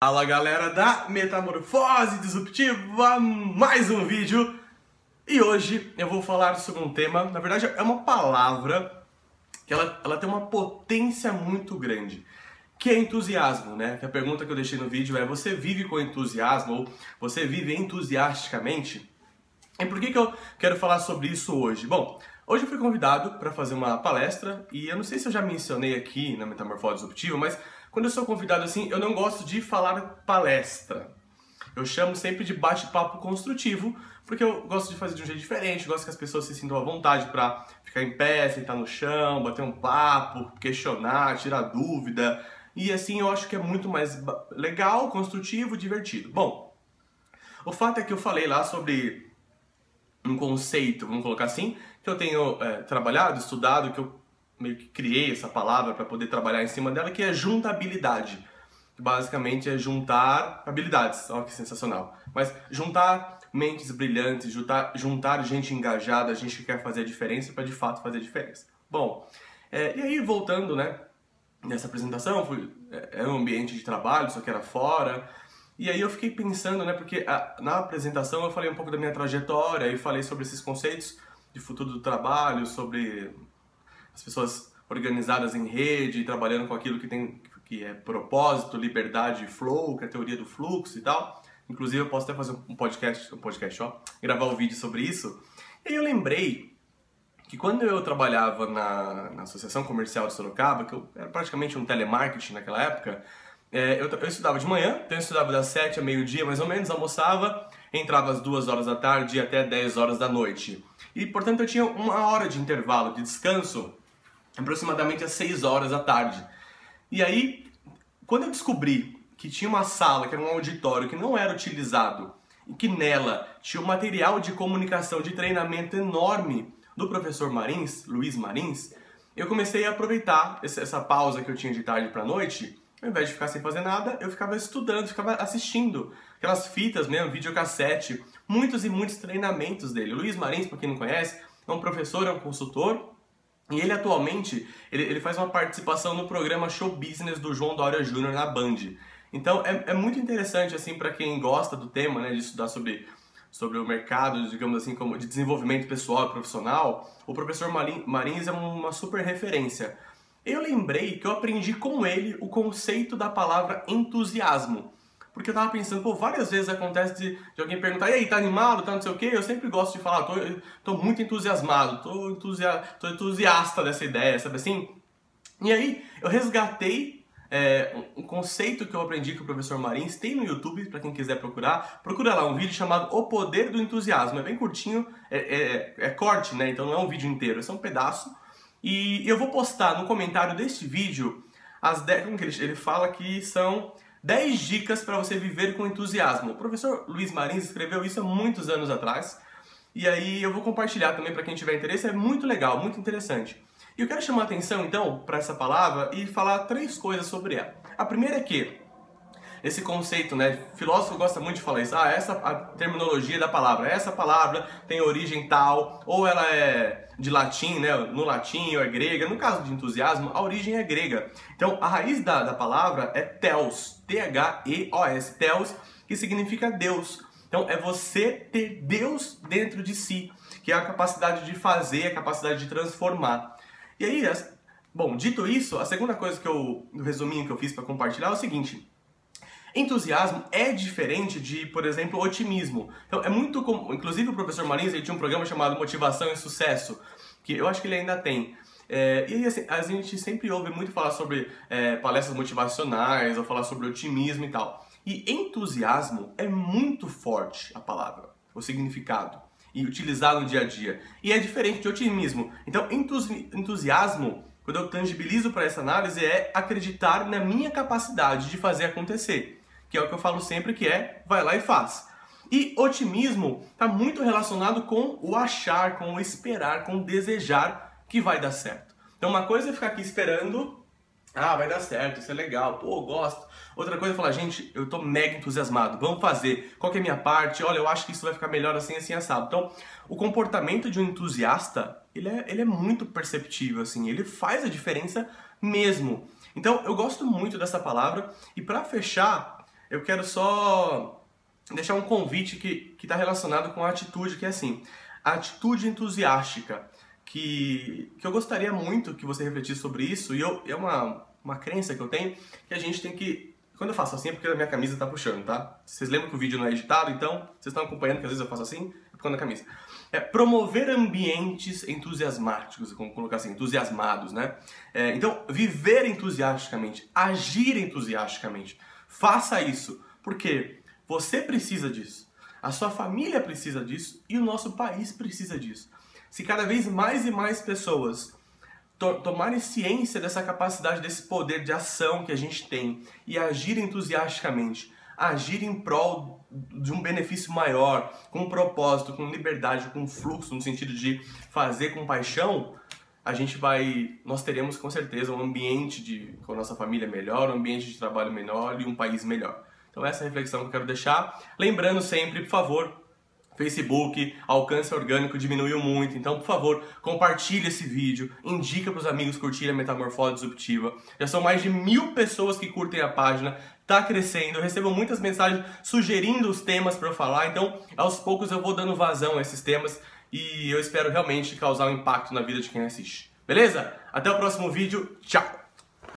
Fala galera da Metamorfose Disruptiva, mais um vídeo. E hoje eu vou falar sobre um tema, na verdade é uma palavra que ela tem uma potência muito grande, que é entusiasmo, né? Que a pergunta que eu deixei no vídeo é: você vive com entusiasmo ou você vive entusiasticamente? E por que eu quero falar sobre isso hoje? Bom, hoje eu fui convidado para fazer uma palestra e eu não sei se eu já mencionei aqui na Metamorfose Disruptiva, mas quando eu sou convidado assim, eu não gosto de falar palestra. Eu chamo sempre de bate-papo construtivo, porque eu gosto de fazer de um jeito diferente, gosto que as pessoas se sintam à vontade para ficar em pé, sentar no chão, bater um papo, questionar, tirar dúvida. E assim eu acho que é muito mais legal, construtivo, divertido. Bom, o fato é que eu falei lá sobre um conceito, vamos colocar assim, que eu tenho trabalhado, estudado, que eu meio que criei essa palavra para poder trabalhar em cima dela, que é juntabilidade. Que basicamente é juntar habilidades, olha que sensacional. Mas juntar mentes brilhantes, juntar gente engajada, gente que quer fazer a diferença para de fato fazer a diferença. Bom, e aí voltando, né, nessa apresentação, era um ambiente de trabalho, só que era fora. E aí eu fiquei pensando, né, porque na apresentação eu falei um pouco da minha trajetória e falei sobre esses conceitos de futuro do trabalho, sobre as pessoas organizadas em rede, trabalhando com aquilo que é propósito, liberdade e flow, que é a teoria do fluxo e tal. Inclusive eu posso até fazer um podcast, gravar um vídeo sobre isso. E aí eu lembrei que quando eu trabalhava na Associação Comercial de Sorocaba, que eu era praticamente um telemarketing naquela época, eu estudava de manhã, então eu estudava das 7 a meio-dia mais ou menos, almoçava, entrava às 2 horas da tarde e até 10 horas da noite. E portanto eu tinha uma hora de intervalo de descanso, aproximadamente às 6 horas da tarde. E aí, quando eu descobri que tinha uma sala, que era um auditório que não era utilizado, e que nela tinha um material de comunicação, de treinamento enorme do professor Marins, Luiz Marins, eu comecei a aproveitar essa pausa que eu tinha de tarde para noite. Ao invés de ficar sem fazer nada, eu ficava estudando, ficava assistindo aquelas fitas mesmo, videocassete, muitos e muitos treinamentos dele. O Luiz Marins, para quem não conhece, é um professor, é um consultor, e ele atualmente ele faz uma participação no programa Show Business do João Dória Jr. na Band. Então é muito interessante assim para quem gosta do tema, né, de estudar sobre o mercado, digamos assim, como de desenvolvimento pessoal e profissional. O professor Marins é uma super referência. Eu lembrei que eu aprendi com ele o conceito da palavra entusiasmo. Porque eu tava pensando, pô, várias vezes acontece de alguém perguntar: e aí, tá animado, tá não sei o quê? Eu sempre gosto de falar: tô muito entusiasmado, tô entusiasta dessa ideia, sabe assim? E aí, eu resgatei um conceito que eu aprendi com o professor Marins, tem no YouTube, pra quem quiser procurar. Procura lá um vídeo chamado O Poder do Entusiasmo. É bem curtinho, é corte, né? Então não é um vídeo inteiro, é só um pedaço. E eu vou postar no comentário deste vídeo as 10, como que ele fala que são 10 dicas para você viver com entusiasmo. O professor Luiz Marins escreveu isso há muitos anos atrás. E aí eu vou compartilhar também para quem tiver interesse. É muito legal, muito interessante. E eu quero chamar a atenção então para essa palavra e falar 3 coisas sobre ela. A primeira é que esse conceito, né, filósofo gosta muito de falar isso, essa a terminologia da palavra, essa palavra tem origem tal, ou ela é de latim, né, no latim, ou é grega. No caso de entusiasmo, a origem é grega. Então, a raiz da palavra é theos, T-H-E-O-S, theos, que significa Deus. Então, é você ter Deus dentro de si, que é a capacidade de fazer, a capacidade de transformar. E aí, bom, dito isso, a segunda coisa no resuminho que eu fiz para compartilhar é o seguinte: entusiasmo é diferente de, por exemplo, otimismo. Então é muito comum, inclusive o professor Marins, ele tinha um programa chamado Motivação e Sucesso, que eu acho que ele ainda tem. E aí assim, a gente sempre ouve muito falar sobre palestras motivacionais, ou falar sobre otimismo e tal. E entusiasmo é muito forte a palavra, o significado, e utilizado no dia a dia. E é diferente de otimismo. Então entusiasmo, quando eu tangibilizo para essa análise, é acreditar na minha capacidade de fazer acontecer. Que é o que eu falo sempre, que é vai lá e faz. E otimismo está muito relacionado com o achar, com o esperar, com o desejar que vai dar certo. Então uma coisa é ficar aqui esperando, vai dar certo, isso é legal, pô, eu gosto. Outra coisa é falar: gente, eu tô mega entusiasmado, vamos fazer, qual que é a minha parte? Olha, eu acho que isso vai ficar melhor assim, assim, assado. Então, o comportamento de um entusiasta, ele é muito perceptível, assim, ele faz a diferença mesmo. Então, eu gosto muito dessa palavra, e para fechar, eu quero só deixar um convite que está relacionado com a atitude, que é assim, a atitude entusiástica, que eu gostaria muito que você refletisse sobre isso, e é uma crença que eu tenho, que a gente tem que... Quando eu faço assim é porque a minha camisa tá puxando, tá? Vocês lembram que o vídeo não é editado, então vocês estão acompanhando que às vezes eu faço assim, é por causa da camisa. É promover ambientes entusiasmáticos, vamos colocar assim, entusiasmados, né? Então, viver entusiasticamente, agir entusiasticamente. Faça isso, porque você precisa disso, a sua família precisa disso e o nosso país precisa disso. Se cada vez mais e mais pessoas tomarem ciência dessa capacidade, desse poder de ação que a gente tem e agir entusiasticamente, agir em prol de um benefício maior, com propósito, com liberdade, com fluxo, no sentido de fazer com paixão, nós teremos com certeza um ambiente com a nossa família melhor, um ambiente de trabalho melhor e um país melhor. Então essa é a reflexão que eu quero deixar. Lembrando sempre, por favor, Facebook, alcance orgânico diminuiu muito, então por favor, compartilhe esse vídeo, indica para os amigos curtirem a Metamorfose Disruptiva. Já são mais de 1000 pessoas que curtem a página, tá crescendo, eu recebo muitas mensagens sugerindo os temas para eu falar, então aos poucos eu vou dando vazão a esses temas e eu espero realmente causar um impacto na vida de quem assiste. Beleza? Até o próximo vídeo, tchau!